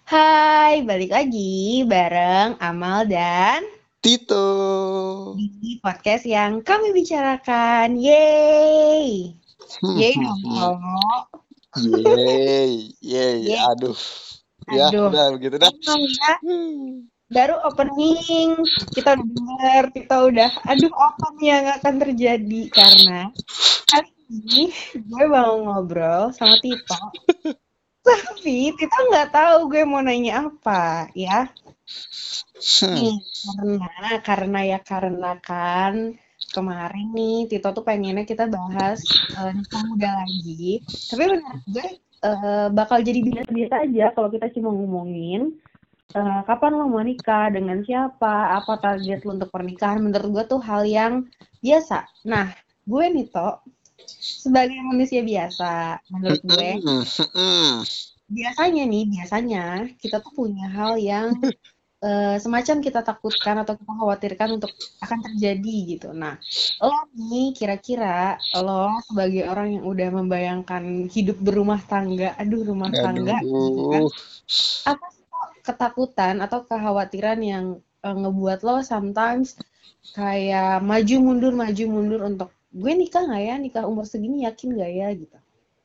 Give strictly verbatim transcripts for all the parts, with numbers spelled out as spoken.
Hai, balik lagi bareng Amal dan Tito. di podcast yang kami bicarakan. Yeay! Hmm, Yeay hmm, dong, hmm. Romo. Yeay, yeay, Yeay. aduh. Ya, Aduh, udah begitu dah. emang ya, Hmm. baru opening, kita udah denger, kita udah, aduh apa nih yang akan terjadi? Karena kali ini gue mau ngobrol sama Tito, tapi Tito nggak tahu gue mau nanya apa, ya. Hmm. Nih, karena karena ya karena kan kemarin nih Tito tuh pengennya kita bahas eh, nikah muda lagi. Tapi menurut gue eh, bakal jadi biasa-biasa aja kalau kita cuma ngomongin eh, kapan lo mau nikah, dengan siapa, apa target lo untuk pernikahan. Menurut gue tuh hal yang biasa. Nah, gue nih Tok, sebagai manusia biasa, menurut gue Hmm. Hmm. biasanya nih, biasanya kita tuh punya hal yang eh, semacam kita takutkan atau kita khawatirkan untuk akan terjadi gitu. Nah, lo nih kira-kira lo sebagai orang yang udah membayangkan hidup berumah tangga, aduh rumah tangga gitu kan, Aduh. apa sih kok ketakutan atau kekhawatiran yang eh, ngebuat lo sometimes kayak maju mundur maju mundur untuk gue nikah nggak ya, nikah umur segini yakin nggak ya gitu.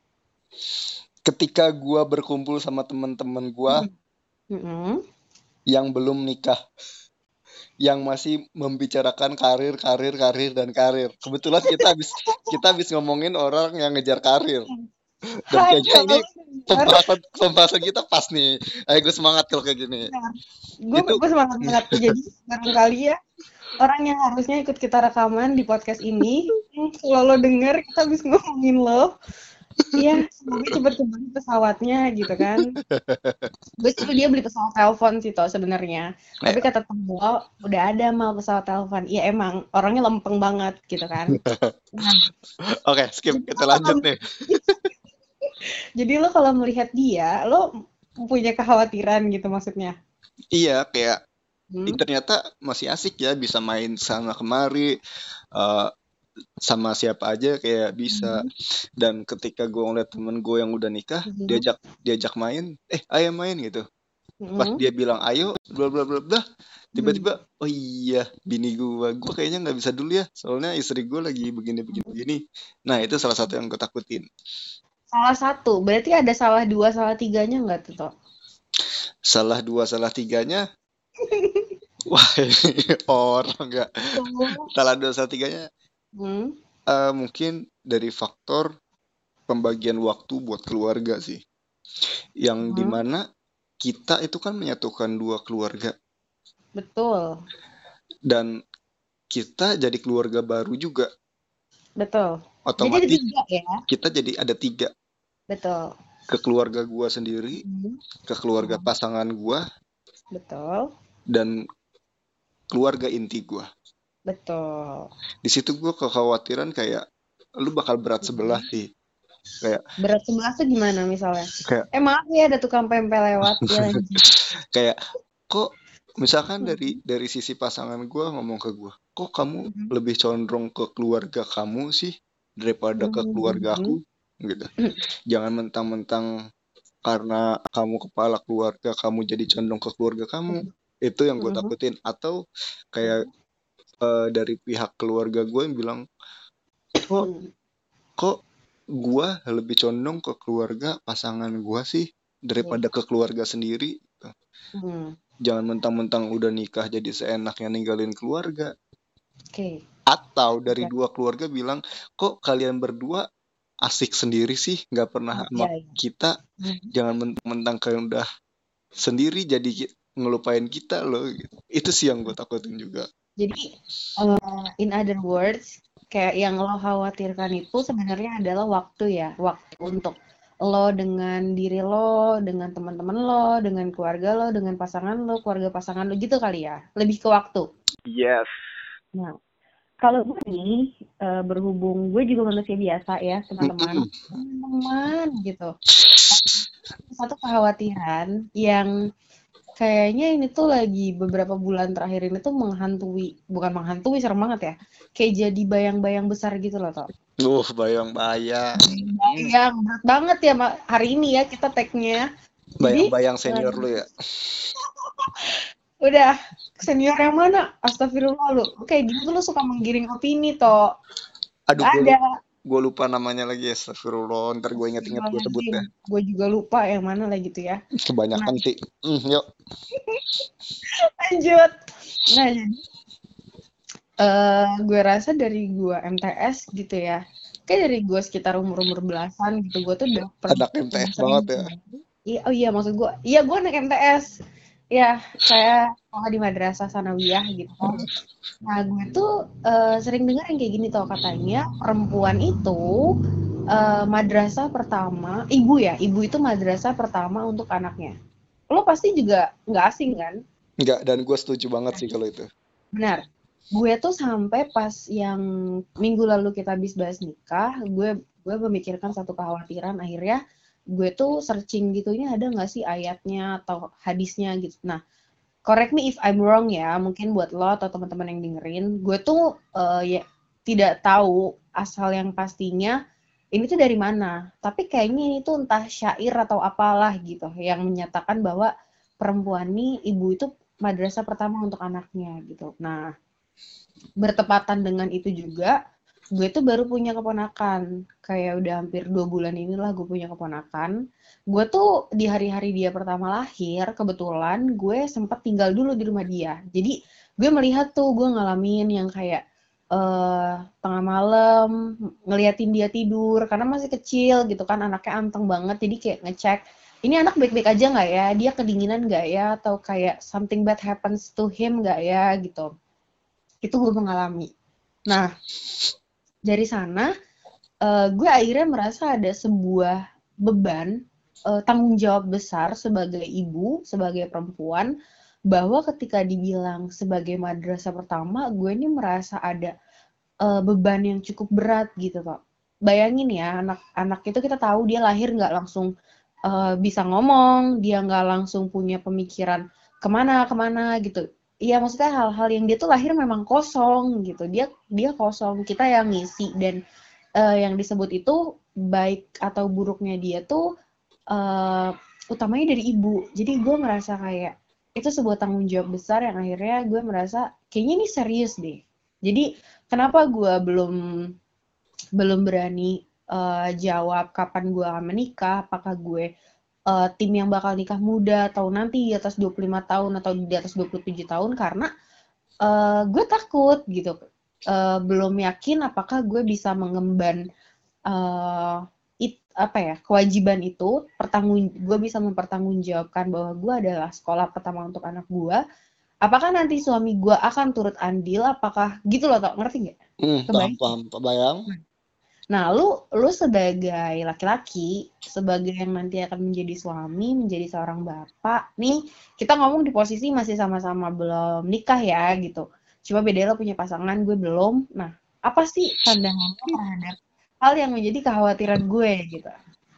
Ketika gua berkumpul sama teman-teman gua Hmm. Mm-mm. yang belum nikah, yang masih membicarakan karir, karir, karir dan karir. Kebetulan kita habis kita habis ngomongin orang yang ngejar karir. Dan Hai, kayaknya kalau ini lo denger, pembahasan pembahasan kita pas nih. Ayo gue semangat kalau kayak gini. nah, gue Itu gue semangat banget tuh jadi barangkali ya orang yang harusnya ikut kita rekaman di podcast ini, hmm, kalau lo denger kita habis ngomongin lo, ya semoga cepet kembali pesawatnya gitu kan. Gue suruh dia beli pesawat telepon sih toh sebenarnya. nah, Tapi kata temen lo, udah ada mal pesawat telepon. Iya emang, orangnya lempeng banget gitu kan. Nah, oke, skip. jadi Kita lo kalau lanjut nih. jadi lo kalau melihat dia, lo punya kekhawatiran gitu maksudnya. Iya, kayak ih, Hmm? ternyata masih asik ya bisa main sana kemari eh, sama siapa aja kayak bisa. Hmm? Dan ketika gue ngeliat temen gue yang udah nikah, Hmm? diajak diajak main, eh ayo main gitu. Pas Hmm? dia bilang ayo, bla bla bla bla, Hmm? tiba-tiba, oh iya, bini gue, gue kayaknya nggak bisa dulu ya, soalnya istri gue lagi begini begini begini. Nah itu salah satu yang gue takutin. Salah satu, berarti ada salah dua, salah tiganya nggak tuh, Tok? Salah dua, salah tiganya, wah ini orang nggak. Tuh. Salah dua, salah tiganya, Hmm? eh, mungkin dari faktor pembagian waktu buat keluarga sih. Yang Hmm? dimana kita itu kan menyatukan dua keluarga. Betul, Dan kita jadi keluarga baru juga. betul. Jadi ada Otomatis tiga ya, kita jadi ada tiga. betul. Ke keluarga gua sendiri, Hmm. ke keluarga Hmm. pasangan gua, Betul, dan keluarga inti gua. betul. Di situ gua kekhawatiran kayak lu bakal berat sebelah Hmm. sih. Kayak Berat sebelah tuh gimana misalnya? kayak Eh maaf ya ada tukang pempek lewat, ya lanjut. kayak kok misalkan dari Hmm. dari sisi pasangan gua ngomong ke gua, kok kamu Hmm. lebih condong ke keluarga kamu sih daripada ke keluarga aku Hmm. gitu. Jangan mentang-mentang karena kamu kepala keluarga kamu jadi condong ke keluarga kamu. Itu yang gue Hmm. takutin. Atau kayak eh, dari pihak keluarga gue yang bilang, kok Hmm. kok gue lebih condong ke keluarga pasangan gue sih Oke. daripada ke keluarga sendiri. Hmm. Jangan mentang-mentang udah nikah jadi seenaknya ninggalin keluarga. Oke. Atau dari Oke. dua keluarga bilang, kok kalian berdua asik sendiri sih, nggak pernah Oh, sama iya, iya. kita. Hmm. Jangan mentang-mentang kalian udah sendiri jadi ki- ngelupain kita loh gitu. Itu sih yang gue takutin juga. Jadi, eh, in other words, kayak yang lo khawatirkan itu sebenarnya adalah waktu ya, waktu untuk lo dengan diri lo, dengan teman-teman lo, dengan keluarga lo, dengan pasangan lo, keluarga pasangan lo gitu kali ya, lebih ke waktu. Yes. Nah, kalau gue nih, eh, berhubung gue juga manusia biasa ya, teman-teman, Mm-mm. teman-teman gitu. Satu kekhawatiran yang kayaknya ini tuh lagi beberapa bulan terakhir ini tuh menghantui, bukan menghantui serem banget ya. Kayak jadi bayang-bayang besar gitu loh, Tok. Uh, bayang-bayang. Hmm. Bayang, berat banget ya Ma- hari ini ya kita tag-nya. Jadi Bayang-bayang eh, senior lu ya. udah senior yang mana? Astagfirullah lu. Kayak gitu tuh lu suka menggiring opini toh. Aduh, Gak gue ada. lupa, gue lupa namanya lagi. Astagfirullah, ntar gue inget-inget gue sebut Astagfirullahaladzim. deh. Gue juga lupa yang mana lah gitu ya. Nah, Kebanyakan sih. Hmm, yuk. lanjut. Nah, jadi eh gue rasa dari gue M T S gitu ya. Kayak dari gue sekitar umur-umur belasan gitu. Gue tuh udah pernah Anak M T S udah sering banget ya. Iya, oh iya maksud gue, iya gue anak M T S. Ya, saya sekolah di Madrasah Sanawiyah gitu kan. Nah, gue tuh eh, sering dengar yang kayak gini tau katanya perempuan itu eh, madrasah pertama, ibu ya, ibu itu madrasah pertama untuk anaknya. Lo pasti juga nggak asing kan? Enggak, dan gue setuju banget sih kalau itu. Benar. Gue tuh sampai pas yang minggu lalu kita habis bahas nikah, gue gue memikirkan satu kekhawatiran. Akhirnya gue tuh searching gitu, ini ada nggak sih ayatnya atau hadisnya gitu. Nah, correct me if I'm wrong ya, mungkin buat lo atau teman-teman yang dengerin, gue tuh eh, ya tidak tahu asal yang pastinya ini tuh dari mana. Tapi kayaknya ini tuh entah syair atau apalah gitu yang menyatakan bahwa perempuan nih ibu itu madrasah pertama untuk anaknya gitu. Nah, bertepatan dengan itu juga, gue tuh baru punya keponakan. Kayak udah hampir dua bulan inilah gue punya keponakan. Gue tuh di hari-hari dia pertama lahir, kebetulan gue sempat tinggal dulu di rumah dia. Jadi gue melihat tuh, gue ngalamin yang kayak eh tengah malam ngeliatin dia tidur karena masih kecil gitu kan, anaknya anteng banget, jadi kayak ngecek ini anak baik-baik aja nggak ya, dia kedinginan nggak ya, atau kayak something bad happens to him nggak ya gitu. Itu gue mengalami. Nah, dari sana eh, gue akhirnya merasa ada sebuah beban, eh, tanggung jawab besar sebagai ibu, sebagai perempuan, bahwa ketika dibilang sebagai madrasah pertama, gue ini merasa ada eh, beban yang cukup berat gitu kok. Bayangin ya, anak-anak itu kita tahu dia lahir nggak langsung eh, bisa ngomong, dia nggak langsung punya pemikiran kemana-kemana gitu. Iya, maksudnya hal-hal yang dia tuh lahir memang kosong gitu. Dia dia kosong, kita yang ngisi, dan eh, yang disebut itu baik atau buruknya dia tuh eh, utamanya dari ibu. Jadi gue merasa kayak itu sebuah tanggung jawab besar yang akhirnya gue merasa kayaknya ini serius deh. Jadi kenapa gue belum belum berani eh, jawab kapan gue akan menikah, apakah gue eh, tim yang bakal nikah muda atau nanti di atas dua puluh lima tahun atau di atas dua puluh tujuh tahun, karena eh, gue takut gitu. Eh, belum yakin apakah gue bisa mengemban eh it, apa ya, kewajiban itu, pertanggung gue bisa mempertanggungjawabkan bahwa gue adalah sekolah pertama untuk anak gue. Apakah nanti suami gue akan turut andil? Apakah gitu loh, tau ngerti nggak? Hmm, paham, Kebayang? paham, bayang. Nah, lu lu sebagai laki-laki, sebagai yang nanti akan menjadi suami, menjadi seorang bapak, nih kita ngomong di posisi masih sama-sama belum nikah ya gitu. Cuma beda lo punya pasangan, gue belum. Nah, apa sih pandangan lo terhadap hal yang menjadi kekhawatiran gue gitu?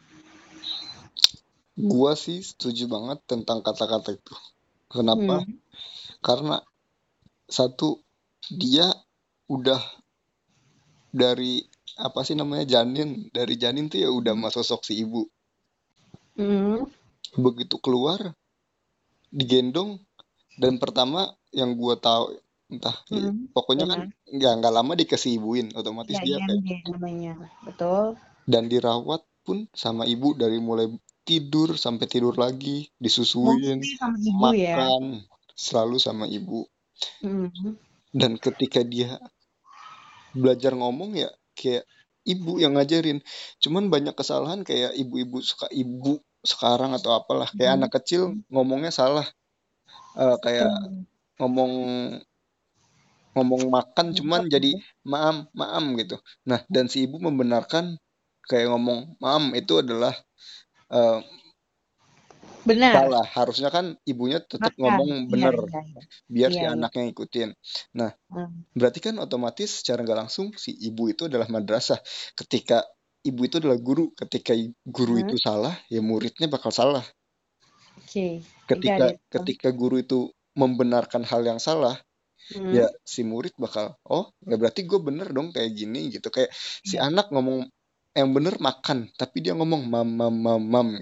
Gua sih setuju banget tentang kata-kata itu. Kenapa? Hmm. Karena satu, dia udah dari apa sih namanya, janin. Dari janin tuh ya udah Hmm. mas sosok si ibu. Hmm. Begitu keluar, digendong, dan pertama yang gua tahu, entah ya, Hmm. pokoknya kan Benar. nggak nggak lama dikasih ibuin, otomatis Ya, dia I N kayak, G namanya. Betul. dan dirawat pun sama ibu dari mulai tidur sampai tidur lagi, disusuin, Mostly sama ibu ya. makan, selalu sama ibu. Hmm. Dan ketika dia belajar ngomong ya kayak ibu yang ngajarin. Cuman banyak kesalahan kayak ibu-ibu suka ibu sekarang atau apalah, kayak Hmm. anak kecil ngomongnya salah. Eh, kayak Hmm. ngomong ngomong makan cuman Betul, jadi gitu. maam maam gitu. Nah, dan si ibu membenarkan, kayak ngomong maam itu adalah eh, Benar. salah. Harusnya kan ibunya tetap Makan. ngomong Iya, bener iya, iya. biar si Iya, iya. anaknya ngikutin. Nah, Hmm. berarti kan otomatis secara nggak langsung si ibu itu adalah madrasah. Ketika ibu itu adalah guru, ketika i- guru Hmm. itu salah, ya muridnya bakal salah. Oke, I got Ketika it. ketika guru itu membenarkan hal yang salah, ya Hmm. si murid bakal, oh, ya berarti gue bener dong kayak gini gitu. Kayak si Iya. anak ngomong yang bener makan, tapi dia ngomong mam mam mam mam gitu.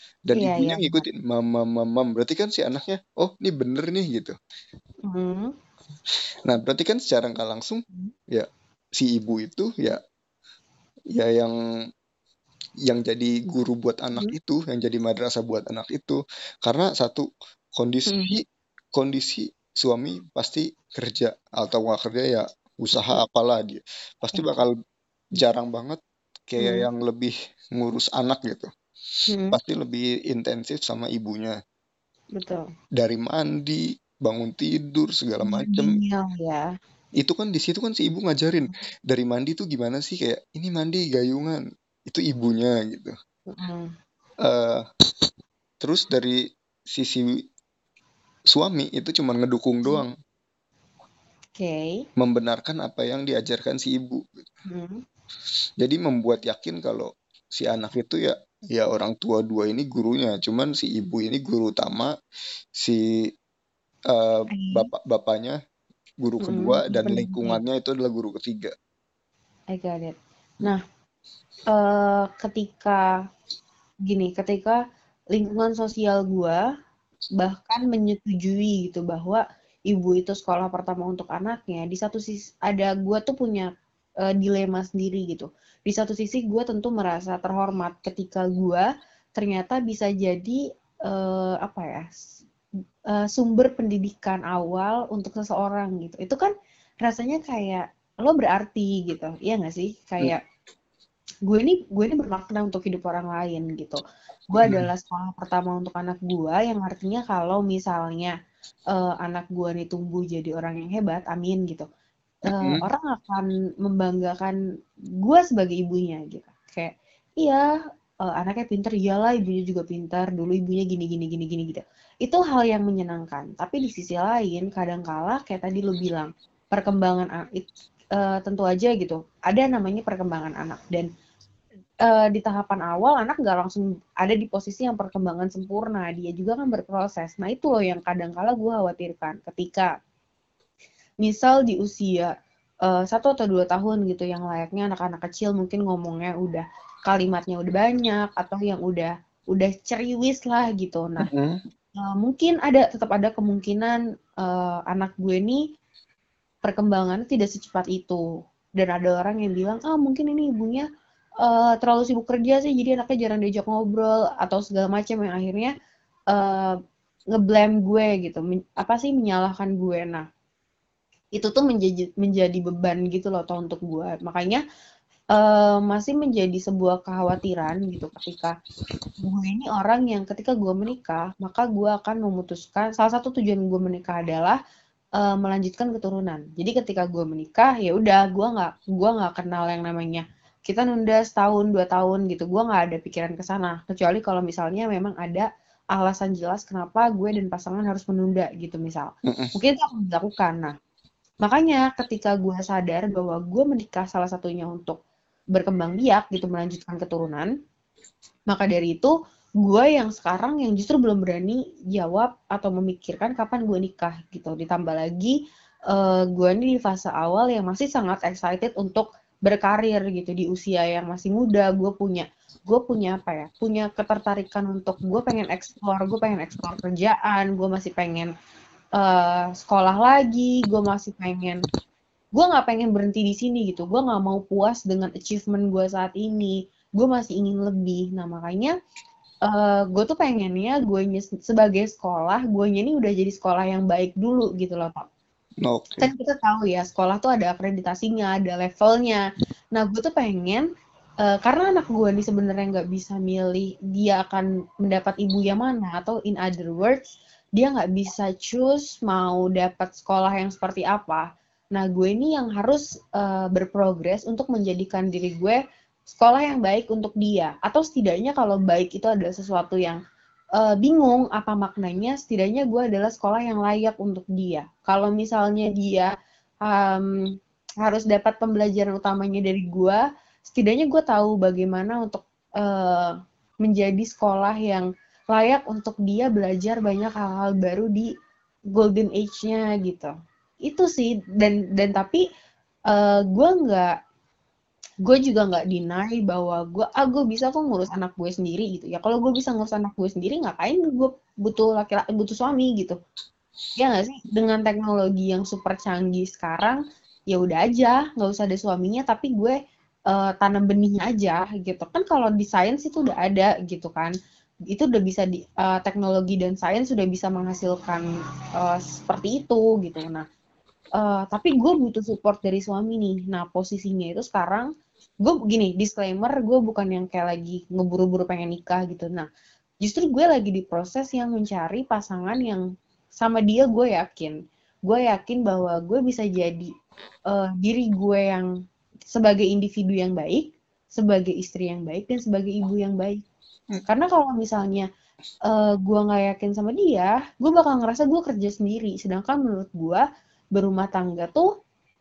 Dan Iya, iya, ibunya benar. ngikutin mam mam mam mam. Berarti kan si anaknya, oh ini bener nih gitu. Hmm. Nah berarti kan secara nggak langsung ya si ibu itu ya ya yang yang jadi guru buat anak Hmm. itu, yang jadi madrasah buat anak itu. Karena satu, Hmm. kondisi kondisi suami pasti kerja, atau nggak kerja ya usaha Hmm. apalah dia. Pasti Ya. bakal jarang banget kayak Hmm. yang lebih ngurus anak gitu. Hmm. Pasti lebih intensif sama ibunya. Betul. Dari mandi, bangun tidur, segala macem. Mandinya ya. Itu kan di situ kan si ibu ngajarin dari mandi tuh gimana sih, kayak ini mandi gayungan. Itu ibunya gitu. Hmm. eh Terus dari sisi suami itu cuma ngedukung doang, Oke. Okay. membenarkan apa yang diajarkan si ibu. Hmm. Jadi membuat yakin kalau si anak itu ya ya orang tua dua ini gurunya, cuman si ibu ini guru utama, si eh, Oke. bapak-bapaknya guru Hmm. kedua, dan Pendidik. lingkungannya itu adalah guru ketiga. I got it. Nah, eh ketika gini, ketika lingkungan sosial gua bahkan menyetujui gitu bahwa ibu itu sekolah pertama untuk anaknya, di satu sisi ada gua tuh punya eh, dilema sendiri gitu. Di satu sisi gua tentu merasa terhormat ketika gua ternyata bisa jadi eh, apa ya s- eh, sumber pendidikan awal untuk seseorang gitu. Itu kan rasanya kayak lo berarti gitu, iya nggak sih? Hmm. Kayak gue ini gue ini bermakna untuk hidup orang lain gitu. Gue adalah sekolah pertama untuk anak gue, yang artinya kalau misalnya eh, anak gue nih tumbuh jadi orang yang hebat, amin gitu. Eh, Hmm. orang akan membanggakan gue sebagai ibunya gitu. Kayak iya, eh, anaknya pinter, iyalah ibunya juga pintar. Dulu ibunya gini gini gini gini gitu. Itu hal yang menyenangkan. Tapi di sisi lain, kadangkala kayak tadi lu bilang, perkembangan a- it- eh, tentu aja gitu. Ada namanya perkembangan anak, dan eh, di tahapan awal anak nggak langsung ada di posisi yang perkembangan sempurna, dia juga kan berproses. Nah itu loh yang kadang-kala gue khawatirkan ketika misal di usia eh, satu atau dua tahun gitu, yang layaknya anak-anak kecil mungkin ngomongnya udah kalimatnya udah banyak, atau yang udah udah ceriwis lah gitu. Nah Hmm. eh, mungkin ada tetap ada kemungkinan eh, anak gue nih perkembangannya tidak secepat itu. Dan ada orang yang bilang, ah mungkin ini ibunya eh, terlalu sibuk kerja sih, jadi anaknya jarang diajak ngobrol, atau segala macam, yang akhirnya eh, ngeblame gue gitu, Men- apa sih menyalahkan gue. Nah, itu tuh menjadi menjadi beban gitu loh tau untuk gue. Makanya eh, masih menjadi sebuah kekhawatiran gitu ketika gue ini orang yang ketika gue menikah, maka gue akan memutuskan, salah satu tujuan gue menikah adalah eh, melanjutkan keturunan. Jadi ketika gue menikah, ya udah gue nggak gue nggak kenal yang namanya kita nunda setahun dua tahun gitu. Gue nggak ada pikiran ke sana. Kecuali kalau misalnya memang ada alasan jelas kenapa gue dan pasangan harus menunda gitu misal. Hmm. Mungkin itu akan dilakukan. Nah, makanya ketika gue sadar bahwa gue menikah salah satunya untuk berkembang biak gitu, melanjutkan keturunan, maka dari itu gue yang sekarang yang justru belum berani jawab atau memikirkan kapan gue nikah gitu. Ditambah lagi eh, gue ini di fase awal yang masih sangat excited untuk berkarir gitu di usia yang masih muda. Gue punya gue punya apa ya? Punya ketertarikan untuk gue pengen explore, gue pengen explore kerjaan, gue masih pengen eh, sekolah lagi, gue masih pengen gue nggak pengen berhenti di sini gitu, gue nggak mau puas dengan achievement gue saat ini, gue masih ingin lebih. Nah makanya eh gue tuh pengennya gue sebagai sekolah, gue ini udah jadi sekolah yang baik dulu gitu loh Pak. Kan Oke. kita tahu ya sekolah tuh ada akreditasinya, ada levelnya. Nah gue tuh pengen eh, karena anak gue nih sebenarnya nggak bisa milih dia akan mendapat ibu yang mana, atau in other words dia nggak bisa choose mau dapat sekolah yang seperti apa. Nah gue ini yang harus eh, berprogres untuk menjadikan diri gue sekolah yang baik untuk dia, atau setidaknya kalau baik itu adalah sesuatu yang eh, bingung apa maknanya, setidaknya gue adalah sekolah yang layak untuk dia. Kalau misalnya dia um, harus dapat pembelajaran utamanya dari gue, setidaknya gue tahu bagaimana untuk eh, menjadi sekolah yang layak untuk dia belajar banyak hal-hal baru di golden age-nya gitu. Itu sih, dan dan tapi eh, gue nggak gue juga nggak deny bahwa gue ah gue bisa kok ngurus anak gue sendiri gitu ya. Kalau gue bisa ngurus anak gue sendiri, ngapain gue butuh laki-laki, butuh suami gitu ya nggak sih? Dengan teknologi yang super canggih sekarang, ya udah aja nggak usah ada suaminya, tapi gue eh, tanam benihnya aja gitu kan. Kalau di sains itu udah ada gitu kan, itu udah bisa di eh, teknologi dan sains sudah bisa menghasilkan eh, seperti itu gitu. Nah, eh, tapi gue butuh support dari suami nih. Nah, posisinya itu sekarang gue gini, disclaimer, gue bukan yang kayak lagi ngeburu-buru pengen nikah gitu. Nah, justru gue lagi di proses yang mencari pasangan yang sama dia. Gue yakin, gue yakin bahwa gue bisa jadi eh, diri gue yang sebagai individu yang baik, sebagai istri yang baik, dan sebagai ibu yang baik. Karena kalau misalnya eh, gue nggak yakin sama dia, gue bakal ngerasa gue kerja sendiri. Sedangkan menurut gue berumah tangga tuh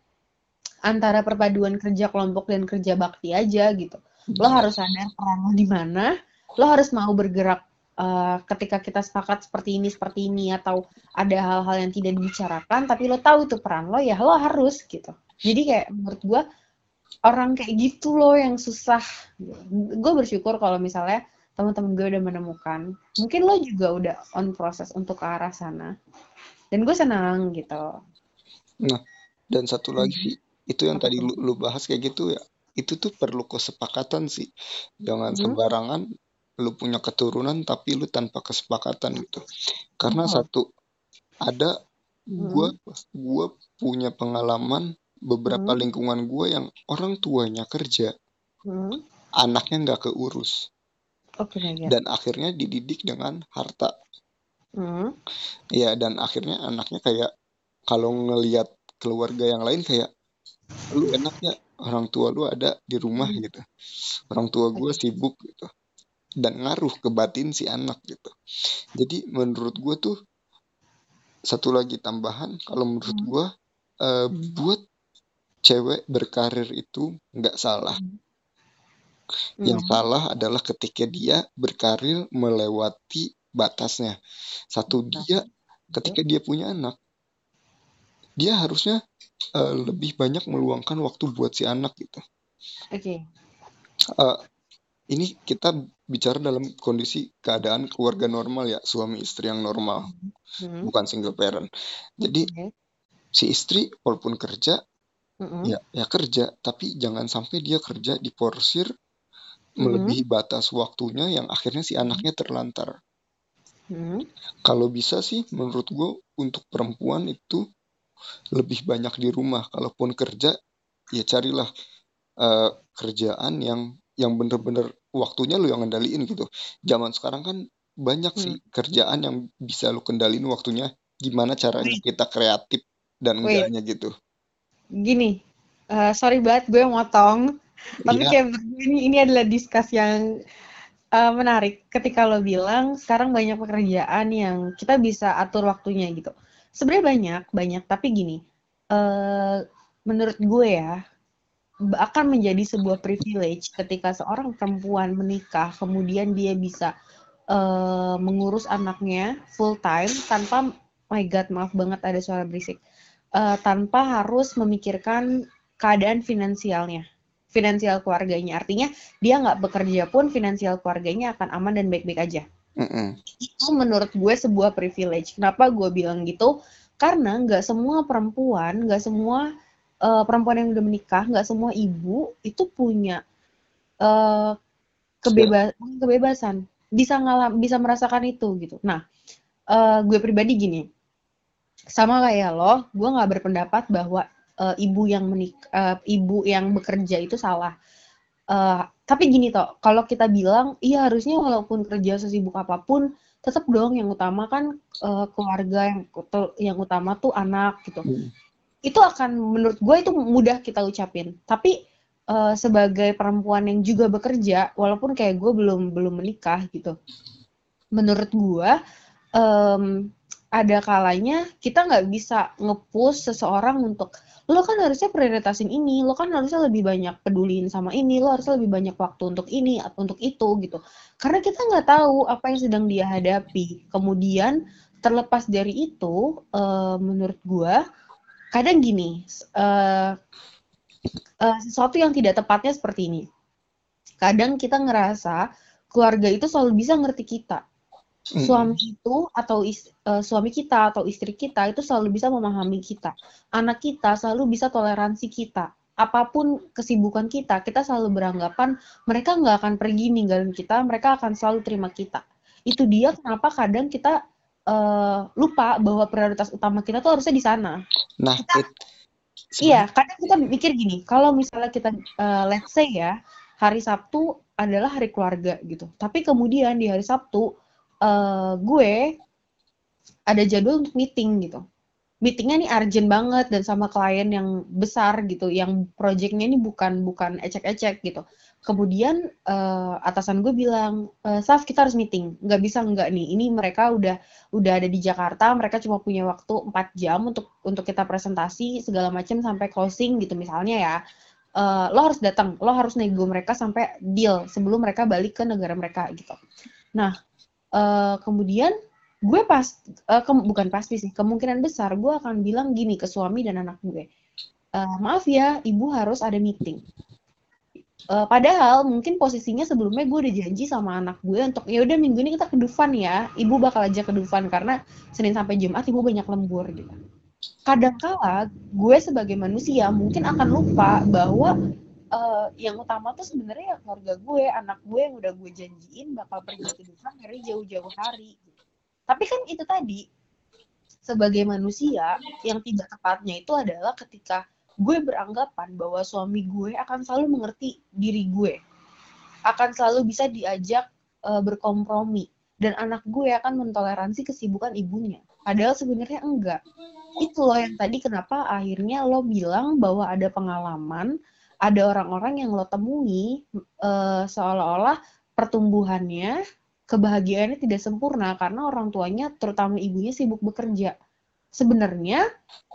antara perpaduan kerja kelompok dan kerja bakti aja gitu. Lo harus sadar peran lo di mana, lo harus mau bergerak uh, ketika kita sepakat seperti ini, seperti ini, atau ada hal-hal yang tidak dibicarakan, tapi lo tahu itu peran lo, ya lo harus gitu. Jadi kayak menurut gue, orang kayak gitu loh yang susah. Gue bersyukur kalau misalnya teman-teman gue udah menemukan. Mungkin lo juga udah on proses untuk ke arah sana. Dan gue senang gitu. Nah, dan satu lagi sih, itu yang Apa tadi tuh? lu, lu bahas kayak gitu ya, itu tuh perlu kesepakatan sih. Jangan Hmm? sembarangan lu punya keturunan tapi lu tanpa kesepakatan gitu. Karena Oh. satu, ada gua Hmm? gua punya pengalaman beberapa Hmm? lingkungan gua yang orang tuanya kerja, Hmm? anaknya nggak keurus, Oke, my God. dan akhirnya dididik dengan harta. Hmm? Ya, dan akhirnya anaknya kayak kalau ngelihat keluarga yang lain kayak, lu enak ya orang tua lu ada di rumah Hmm. gitu, orang tua gue Oke. sibuk gitu, dan ngaruh ke batin si anak gitu. Jadi menurut gue tuh satu lagi tambahan, kalau menurut Hmm. gue eh, buat cewek berkarir itu nggak salah. Hmm. Yang Hmm. salah adalah ketika dia berkarir melewati batasnya. Satu, Nah, dia oke. ketika dia punya anak, dia harusnya eh, lebih banyak meluangkan waktu buat si anak gitu. Oke. Eh, ini kita bicara dalam kondisi keadaan keluarga normal ya, suami istri yang normal, Hmm. bukan single parent. Jadi Oke. si istri walaupun kerja, Hmm. ya ya kerja, tapi jangan sampai dia kerja diporsir Hmm. melebihi batas waktunya yang akhirnya si anaknya terlantar. Hmm. Kalau bisa sih menurut gue untuk perempuan itu lebih banyak di rumah. Kalaupun kerja, ya carilah eh, kerjaan yang yang bener-bener waktunya lu yang ngendaliin gitu. Zaman sekarang kan banyak sih Hmm. kerjaan yang bisa lu kendaliin waktunya. Gimana caranya Wait, kita kreatif dan wait. enggaknya gitu. Gini, eh, sorry banget gue motong, tapi Iya, kayak menurut gue ini, ini adalah diskus yang eh, menarik. Ketika lo bilang sekarang banyak pekerjaan yang kita bisa atur waktunya gitu. Sebenarnya banyak, banyak. Tapi gini, eh menurut gue ya, akan menjadi sebuah privilege ketika seorang perempuan menikah, kemudian dia bisa eh, mengurus anaknya full time tanpa, my God, maaf banget ada suara berisik, Eh, tanpa harus memikirkan keadaan finansialnya, finansial keluarganya. Artinya dia nggak bekerja pun finansial keluarganya akan aman dan baik-baik aja. mm-mm. Itu menurut gue sebuah privilege. Kenapa gue bilang gitu? Karena nggak semua perempuan, nggak semua eh, perempuan yang udah menikah, nggak semua ibu itu punya eh, Siap. kebebasan, kebebasan bisa ngalam, bisa merasakan itu gitu. Nah, eh, gue pribadi gini, sama kayak lo, gue nggak berpendapat bahwa eh, ibu yang menik, eh, ibu yang bekerja itu salah. Eh, tapi gini toh, kalau kita bilang, iya harusnya walaupun kerja sesibuk apapun, tetap dong yang utama kan eh, keluarga, yang yang utama tuh anak gitu. Mm. Itu akan, menurut gue itu mudah kita ucapin. Tapi eh, sebagai perempuan yang juga bekerja, walaupun kayak gue belum belum menikah gitu, menurut gue em, ada kalanya kita nggak bisa nge-push seseorang untuk lo kan harusnya prioritasin ini, lo kan harusnya lebih banyak peduliin sama ini, lo harusnya lebih banyak waktu untuk ini, untuk itu gitu. Karena kita nggak tahu apa yang sedang dia hadapi. Kemudian terlepas dari itu, eh, menurut gua kadang gini, eh, uh, sesuatu yang tidak tepatnya seperti ini. Kadang kita ngerasa keluarga itu selalu bisa ngerti kita. Mm. Suami itu atau is, uh, suami kita atau istri kita itu selalu bisa memahami kita. Anak kita selalu bisa toleransi kita. Apapun kesibukan kita, kita selalu beranggapan mereka nggak akan pergi ninggalin kita, mereka akan selalu terima kita. Itu dia kenapa kadang kita uh, lupa bahwa prioritas utama kita tuh harusnya di sana. Nah, Kita it, Iya, sebenarnya kadang kita mikir gini, kalau misalnya kita, uh, let's say ya, hari Sabtu adalah hari keluarga gitu. Tapi kemudian di hari Sabtu, uh, gue ada jadwal untuk meeting gitu. Meetingnya nih urgent banget dan sama klien yang besar gitu, yang projectnya ini bukan bukan ecek-ecek gitu. Kemudian uh, atasan gue bilang, e, Saf kita harus meeting, nggak bisa nggak nih, ini mereka udah udah ada di Jakarta, mereka cuma punya waktu empat jam untuk untuk kita presentasi segala macam sampai closing gitu misalnya ya. Uh, lo harus datang, lo harus nego mereka sampai deal sebelum mereka balik ke negara mereka gitu. Nah, uh, kemudian gue pas uh, ke- bukan pasti sih, kemungkinan besar gue akan bilang gini ke suami dan anak gue, "Eh, maaf ya ibu harus ada meeting." Uh, padahal mungkin posisinya sebelumnya gue udah janji sama anak gue untuk ya udah minggu ini kita ke Dufan ya, ibu bakal aja ke Dufan karena Senin sampai Jumat ibu banyak lembur gitu. Kadangkala gue sebagai manusia mungkin akan lupa bahwa uh, yang utama tuh sebenarnya ya keluarga gue, anak gue yang udah gue janjiin bakal pergi ke Dufan dari jauh-jauh hari. Tapi kan itu tadi, sebagai manusia, yang tidak tepatnya itu adalah ketika gue beranggapan bahwa suami gue akan selalu mengerti diri gue, akan selalu bisa diajak uh, berkompromi, dan anak gue akan mentoleransi kesibukan ibunya. Padahal sebenarnya enggak. Itu loh yang tadi kenapa akhirnya lo bilang bahwa ada pengalaman, ada orang-orang yang lo temui uh, seolah-olah pertumbuhannya, kebahagiaannya tidak sempurna karena orang tuanya, terutama ibunya sibuk bekerja. Sebenarnya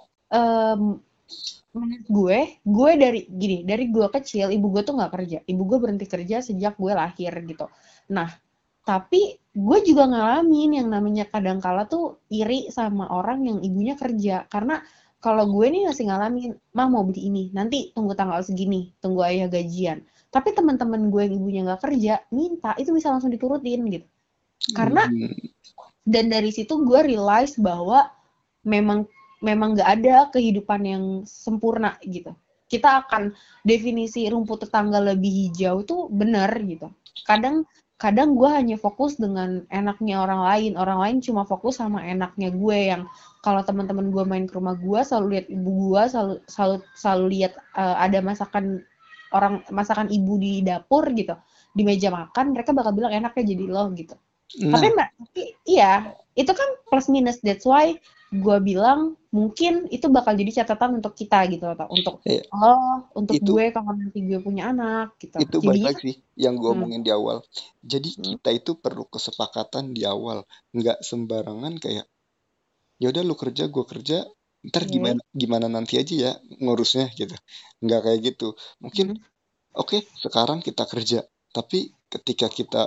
um, menurut gue, gue dari gini, dari gue kecil ibu gue tuh nggak kerja. Ibu gue berhenti kerja sejak gue lahir gitu. Nah, tapi gue juga ngalamin yang namanya kadang kala tuh iri sama orang yang ibunya kerja. Karena kalau gue nih masih ngalamin, mah mau beli ini, nanti tunggu tanggal segini, tunggu ayah gajian. Tapi teman-teman gue yang ibunya nggak kerja, minta, itu bisa langsung diturutin gitu. Karena, mm, dan dari situ gue realize bahwa memang memang nggak ada kehidupan yang sempurna gitu. Kita akan definisi rumput tetangga lebih hijau tuh benar gitu. Kadang kadang gue hanya fokus dengan enaknya orang lain, orang lain cuma fokus sama enaknya gue, yang kalau teman-teman gue main ke rumah gue selalu lihat ibu gue, selalu selalu selalu lihat uh, ada masakan orang masakan ibu di dapur gitu, di meja makan, mereka bakal bilang enaknya jadi lo gitu. Tapi nah mbak, tapi iya, itu kan plus minus. That's why gue bilang mungkin itu bakal jadi catatan untuk kita gitu, atau untuk ya, lo, untuk itu gue kalau nanti gue punya anak gitu. itu balik Jadinya, lagi sih yang gue hmm, omongin di awal. Jadi hmm, kita itu perlu kesepakatan di awal, nggak sembarangan kayak ya udah lu kerja gue kerja, ntar oke, gimana gimana nanti aja ya ngurusnya gitu. Nggak kayak gitu. Mungkin hmm, oke sekarang kita kerja, tapi ketika kita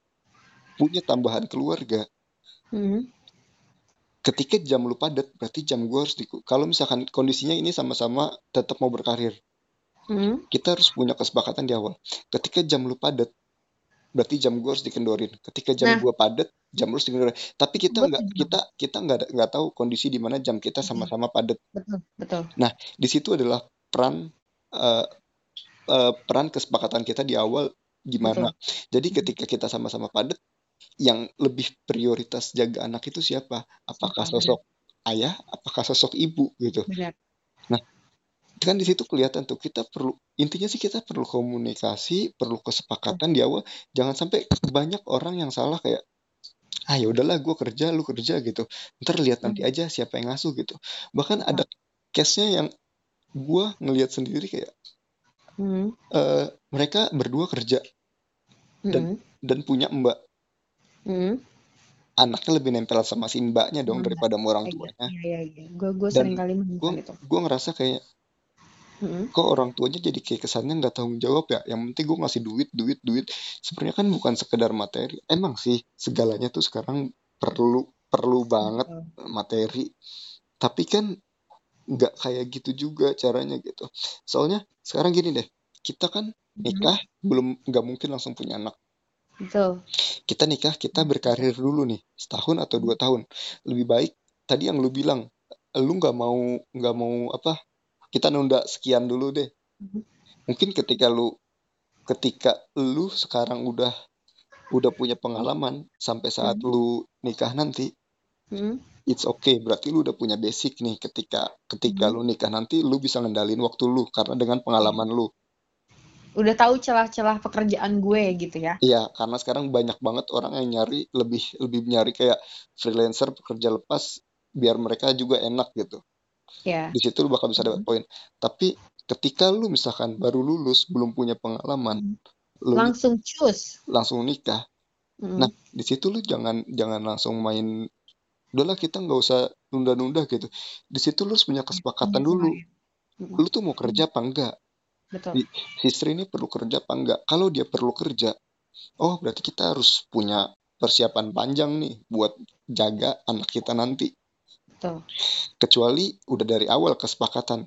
punya tambahan keluarga, hmm, ketika jam lu padat berarti jam gue harus di, kalau misalkan kondisinya ini sama-sama tetap mau berkarir, hmm. kita harus punya kesepakatan di awal. Ketika jam lu padat berarti jam gue harus dikendorin, ketika jam Nah, gue padat jam lu harus dikendorin, tapi kita gue nggak setuju kita banget. kita nggak ada- nggak tahu kondisi di mana jam kita Betul, sama-sama padat. betul, betul. Nah di situ adalah peran eh, eh, peran kesepakatan kita di awal gimana. Betul. Jadi Hmm. ketika kita sama-sama padat, yang lebih prioritas jaga anak itu siapa? Apakah Siapa? Benar, sosok ayah, apakah sosok ibu gitu. benar. Nah, kan di situ kelihatan tuh kita perlu, intinya sih kita perlu komunikasi, perlu Betul. kesepakatan di awal. Jangan sampai banyak orang yang salah kayak ah ya udahlah gue kerja lu kerja gitu. Ntar lihat nanti Hmm. aja siapa yang ngasuh gitu. Bahkan ada Tepat. case-nya yang gue ngelihat sendiri kayak Hmm. eh, mereka berdua kerja dan Hmm. dan punya mbak, Hmm. anaknya lebih nempel sama si mbaknya dong Sama Mbak. daripada sama orang Iya, tuanya. iya, iya, iya. Gue gue Dan sering kali gue menemukan itu. gue ngerasa kayak Hmm. kok orang tuanya jadi kayak kesannya nggak tanggung jawab ya, yang penting gue ngasih duit duit duit. Sebenarnya kan bukan sekedar materi, emang sih segalanya tuh sekarang perlu perlu banget Betul. materi, tapi kan nggak kayak gitu juga caranya gitu. Soalnya sekarang gini deh, kita kan Mhm. nikah belum nggak mungkin langsung punya anak. Betul. Kita nikah, kita berkarir dulu nih, setahun atau dua tahun. Lebih baik tadi yang lu bilang, lu nggak mau nggak mau apa? Kita nunda sekian dulu deh. Mhm. Mungkin ketika lu ketika lu sekarang udah udah punya pengalaman sampai saat Mhm. lu nikah nanti, Mhm. it's okay. Berarti lu udah punya basic nih ketika ketika Mhm. lu nikah nanti lu bisa ngendalin waktu lu karena dengan Iya. pengalaman lu. Udah tahu celah-celah pekerjaan gue gitu ya. Iya, karena sekarang banyak banget orang yang nyari lebih lebih nyari kayak freelancer pekerja lepas biar mereka juga enak gitu. Ya. Di situ lu bakal bisa dapat Mhm. poin. Tapi ketika lu misalkan baru lulus, belum punya pengalaman, Mhm. lu ni- Langsung cus. langsung nikah. Nah, Mhm. di situ lu jangan jangan langsung main, udahlah kita nggak usah nunda-nunda gitu. Di situ lu harus punya kesepakatan dulu. Penyesuaian. Mhm. Lu tuh mau kerja apa enggak? Betul. Si si istri ini perlu kerja apa enggak? Kalau dia perlu kerja, oh berarti kita harus punya persiapan panjang nih buat jaga anak kita nanti. Betul. Kecuali udah dari awal kesepakatan,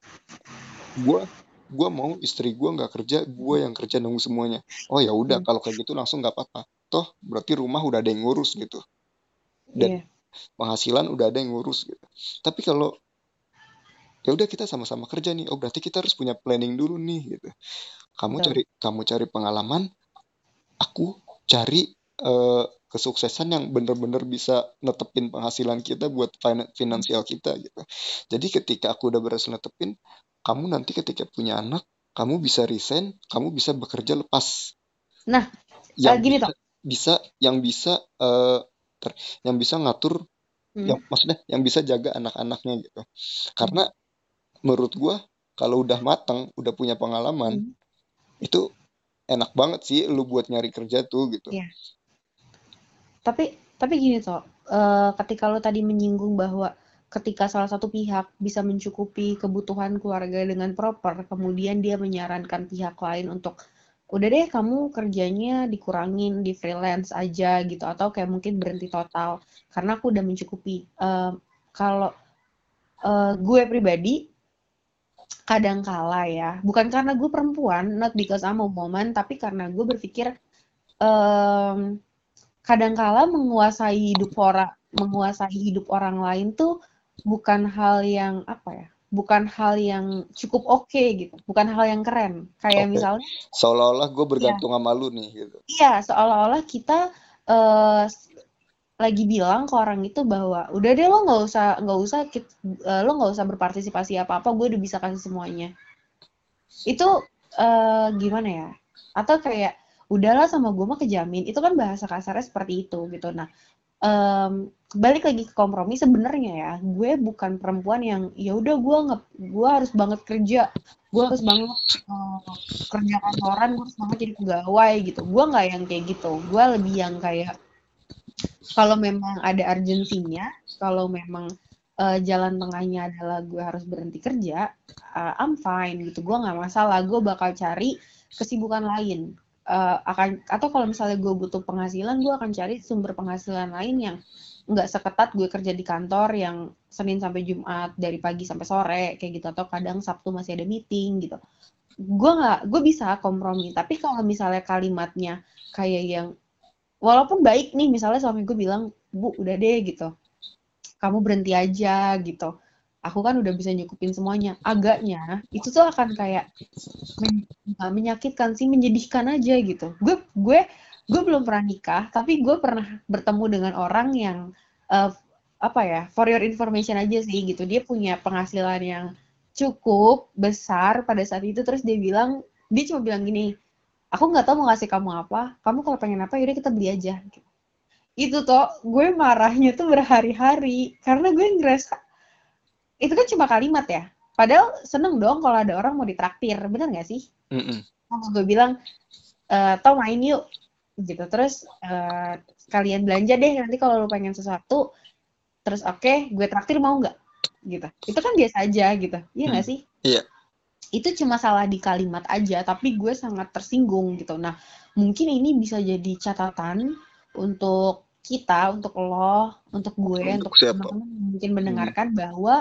gua gua mau istri gua nggak kerja, gua yang kerja nunggu semuanya. Oh ya udah, Mhm. kalau kayak gitu langsung nggak apa-apa. Toh berarti rumah udah ada yang ngurus gitu, dan Iya. penghasilan udah ada yang ngurus gitu. Tapi kalau ya udah kita sama-sama kerja nih, oh berarti kita harus punya planning dulu nih gitu. Kamu Betul. cari kamu cari pengalaman, aku cari eh, kesuksesan yang bener-bener bisa netepin penghasilan kita buat fin- finansial kita gitu. Jadi ketika aku udah berhasil netepin, kamu nanti ketika punya anak, kamu bisa resign, kamu bisa bekerja lepas, Nah, eh, yang gini bisa toh. bisa yang bisa eh, ter- yang bisa ngatur, yang Hmm. maksudnya yang bisa jaga anak-anaknya gitu. Hmm. Karena menurut gua kalau udah matang, udah punya pengalaman, Hmm. itu enak banget sih lu buat nyari kerja tuh gitu. Iya. Tapi tapi gini toh, eh, ketika lo tadi menyinggung bahwa ketika salah satu pihak bisa mencukupi kebutuhan keluarga dengan proper, kemudian dia menyarankan pihak lain untuk udah deh kamu kerjanya dikurangin di freelance aja gitu atau kayak mungkin berhenti total karena aku udah mencukupi. Eh, kalau eh, gue pribadi kadang kala ya, bukan karena gue perempuan, not because I'm a woman, tapi karena gue berpikir em, kadangkala menguasai hidup orang menguasai hidup orang lain tuh bukan hal yang apa ya, bukan hal yang cukup oke gitu, bukan hal yang keren. Kayak Oke, misalnya, seolah-olah gue ya, bergantung sama lu nih gitu. iya seolah-olah kita eh, s- lagi bilang ke orang itu bahwa udah deh lo nggak usah nggak usah kit- eh, lo nggak usah berpartisipasi apa-apa, gue udah bisa kasih semuanya. Itu eh, gimana ya? Atau kayak udahlah sama gue mah kejamin. Itu kan bahasa kasarnya seperti itu gitu. Nah, em, balik lagi ke kompromi sebenarnya ya gue bukan perempuan yang ya udah gue nggak gue harus banget kerja gue harus banget eh, kerja kantoran gue harus banget jadi pegawai gitu gue nggak yang kayak gitu gue lebih yang kayak kalau memang ada urgensinya kalau memang eh, jalan tengahnya adalah gue harus berhenti kerja uh, I'm fine gitu gue nggak masalah gue bakal cari kesibukan lain. Eh, akan atau kalau misalnya gue butuh penghasilan gue akan cari sumber penghasilan lain yang nggak seketat gue kerja di kantor yang Senin sampai Jumat dari pagi sampai sore kayak gitu atau kadang Sabtu masih ada meeting gitu gue nggak gue bisa kompromi tapi kalau misalnya kalimatnya kayak yang walaupun baik nih misalnya suami gue bilang bu udah deh gitu kamu berhenti aja gitu aku kan udah bisa nyukupin semuanya agaknya itu tuh akan kayak men- nggak menyakitkan sih menyedihkan aja gitu gue gue gue belum pernah nikah tapi gue pernah bertemu dengan orang yang eh, apa ya for your information aja sih gitu dia punya penghasilan yang cukup besar pada saat itu terus dia bilang dia cuma bilang gini aku nggak tahu mau kasih kamu apa kamu kalau pengen apa yaudah kita beli aja gitu. Itu toh gue marahnya tuh berhari-hari karena gue ngerasa itu kan cuma kalimat ya padahal seneng dong kalau ada orang mau ditraktir bener nggak sih Mm-mm. kalau gue bilang eh tau main yuk gitu terus eh, sekalian belanja deh nanti kalau lu pengen sesuatu terus oke okay, gue traktir mau nggak gitu itu kan biasa aja gitu iya Mm. nggak sih Iya. itu cuma salah di kalimat aja tapi gue sangat tersinggung gitu nah mungkin ini bisa jadi catatan untuk kita untuk lo untuk gue Untuk untuk siapa? teman-teman yang mungkin Hmm. mendengarkan bahwa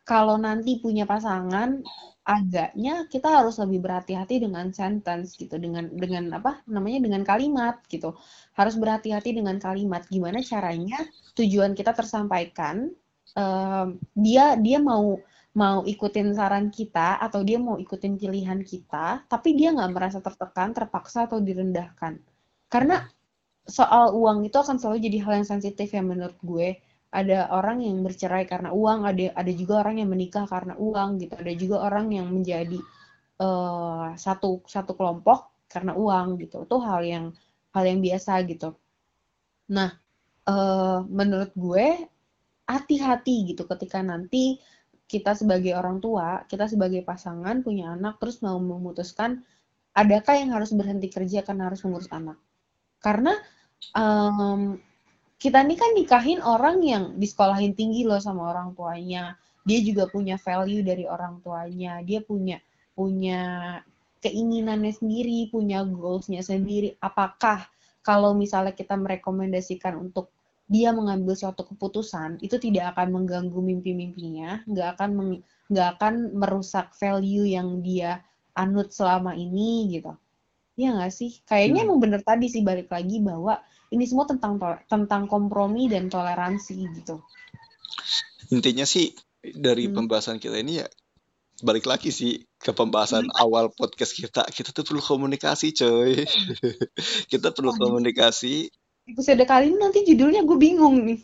kalau nanti punya pasangan, agaknya kita harus lebih berhati-hati dengan sentence gitu, dengan dengan apa namanya dengan kalimat gitu. Harus berhati-hati dengan kalimat. Gimana caranya tujuan kita tersampaikan, em, dia dia mau mau ikutin saran kita atau dia mau ikutin pilihan kita, tapi dia nggak merasa tertekan, terpaksa atau direndahkan. Karena soal uang itu akan selalu jadi hal yang sensitif ya menurut gue. Ada orang yang bercerai karena uang, ada ada juga orang yang menikah karena uang gitu. Ada juga orang yang menjadi eh, satu satu kelompok karena uang gitu. Itu hal yang hal yang biasa gitu. Nah, eh, menurut gue hati-hati gitu ketika nanti kita sebagai orang tua, kita sebagai pasangan punya anak terus mau memutuskan adakah yang harus berhenti kerja karena harus mengurus anak. Karena em, kita nih kan nikahin orang yang disekolahin tinggi loh sama orang tuanya. Dia juga punya value dari orang tuanya. Dia punya punya keinginannya sendiri, punya goals-nya sendiri. Apakah kalau misalnya kita merekomendasikan untuk dia mengambil suatu keputusan, itu tidak akan mengganggu mimpi-mimpinya, nggak akan meng- nggak akan merusak value yang dia anut selama ini gitu. Iya nggak sih? Kayaknya Hmm. emang bener tadi sih balik lagi bahwa ini semua tentang to- tentang kompromi dan toleransi gitu. Intinya sih dari Hmm. pembahasan kita ini ya balik lagi sih ke pembahasan Balik awal podcast kita. Kita tuh perlu komunikasi, coy. Kita perlu oh, jadi komunikasi. episode kali ini nanti judulnya gue bingung nih.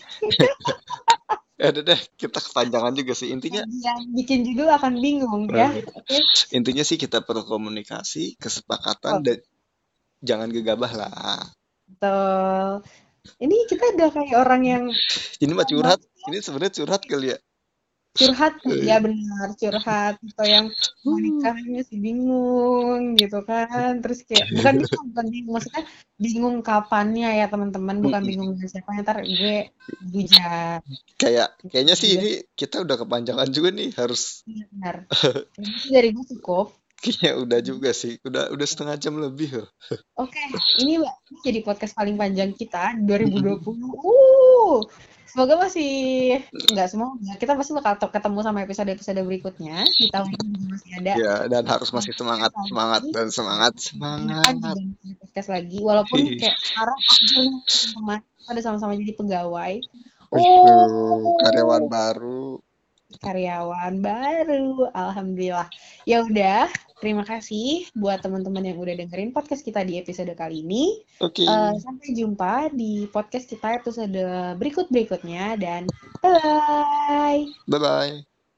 Eh, deh, deh, kita kepanjangan juga sih. Intinya, Yang bikin judul akan bingung ya. eh, Oke. intinya sih kita perlu komunikasi, kesepakatan, Oh, dan jangan gegabah lah. betul. Ini kita udah kayak orang yang Ini mah ngomong curhat. Ini sebenarnya curhat kali ya. curhat ya Eh, benar curhat atau yang mau uh, nikah masih bingung gitu kan terus kayak bukan bingung bukan bingung maksudnya bingung kapannya ya teman-teman bukan bingung dengan siapa ntar gue dihujat kayak kayaknya sih juga ini kita udah kepanjangan juga nih, harus sih benar ini sih dari gue cukup. kayaknya udah juga sih. Udah udah setengah jam lebih loh. Oke, ini Mbak, ini jadi podcast paling panjang kita dua ribu dua puluh. Uh, semoga masih nggak semoga kita pasti bakal ketemu sama episode-episode berikutnya di tahun ini juga masih ada. Ya, dan harus masih Podcast semangat, semangat lagi, dan semangat, kebanyakan semangat. juga masih podcast lagi, walaupun kayak sekarang akhirnya teman-teman ada sama-sama jadi pegawai. Waduh, karyawan Oh, baru. karyawan baru, alhamdulillah. Ya udah, terima kasih buat teman-teman yang udah dengerin podcast kita di episode kali ini. Oke, Eh, sampai jumpa di podcast kita episode berikut-berikutnya dan bye. bye bye.